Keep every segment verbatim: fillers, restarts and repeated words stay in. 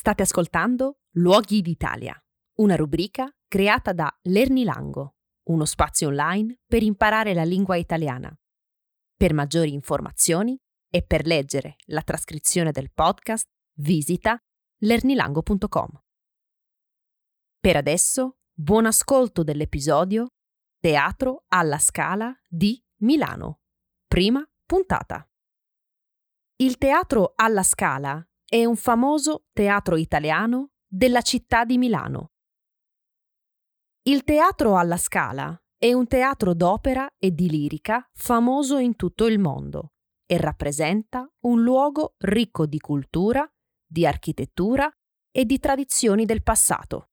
State ascoltando Luoghi d'Italia, una rubrica creata da Lernilango, uno spazio online per imparare la lingua italiana. Per maggiori informazioni e per leggere la trascrizione del podcast, visita lernilango punto com. Per adesso, buon ascolto dell'episodio Teatro alla Scala di Milano, prima puntata. Il Teatro alla Scala è un famoso teatro italiano della città di Milano. Il Teatro alla Scala è un teatro d'opera e di lirica famoso in tutto il mondo e rappresenta un luogo ricco di cultura, di architettura e di tradizioni del passato.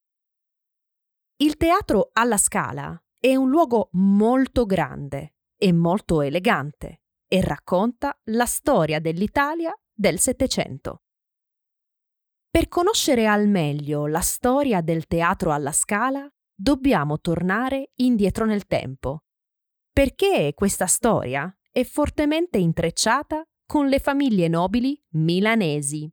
Il Teatro alla Scala è un luogo molto grande e molto elegante e racconta la storia dell'Italia del Settecento. Per conoscere al meglio la storia del Teatro alla Scala, dobbiamo tornare indietro nel tempo, perché questa storia è fortemente intrecciata con le famiglie nobili milanesi.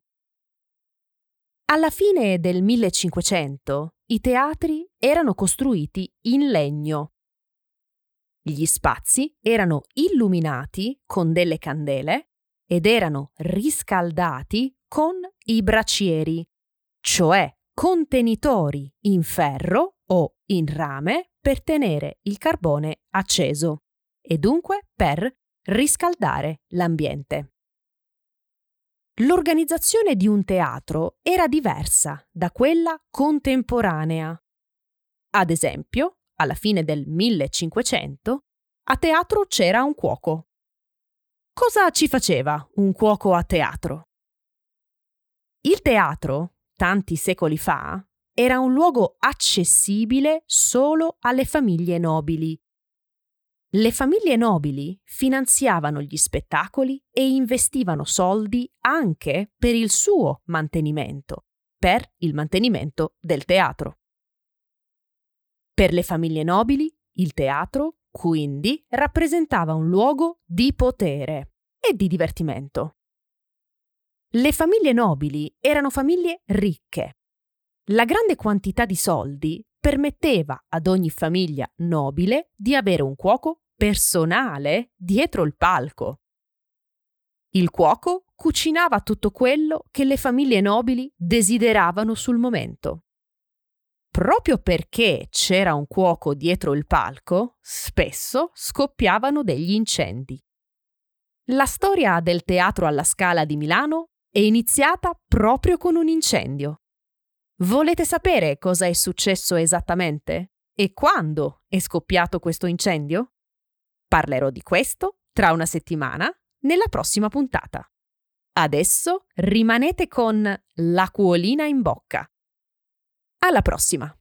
Alla fine del millecinquecento, i teatri erano costruiti in legno. Gli spazi erano illuminati con delle candele ed erano riscaldati con i bracieri, cioè contenitori in ferro o in rame per tenere il carbone acceso e dunque per riscaldare l'ambiente. L'organizzazione di un teatro era diversa da quella contemporanea. Ad esempio, alla fine del millecinquecento, a teatro c'era un cuoco. Cosa ci faceva un cuoco a teatro? Il teatro, tanti secoli fa, era un luogo accessibile solo alle famiglie nobili. Le famiglie nobili finanziavano gli spettacoli e investivano soldi anche per il suo mantenimento, per il mantenimento del teatro. Per le famiglie nobili, il teatro, quindi, rappresentava un luogo di potere e di divertimento. Le famiglie nobili erano famiglie ricche. La grande quantità di soldi permetteva ad ogni famiglia nobile di avere un cuoco personale dietro il palco. Il cuoco cucinava tutto quello che le famiglie nobili desideravano sul momento. Proprio perché c'era un cuoco dietro il palco, spesso scoppiavano degli incendi. La storia del Teatro alla Scala di Milano è iniziata proprio con un incendio. Volete sapere cosa è successo esattamente? E quando è scoppiato questo incendio? Parlerò di questo tra una settimana nella prossima puntata. Adesso rimanete con l'acquolina in bocca. Alla prossima!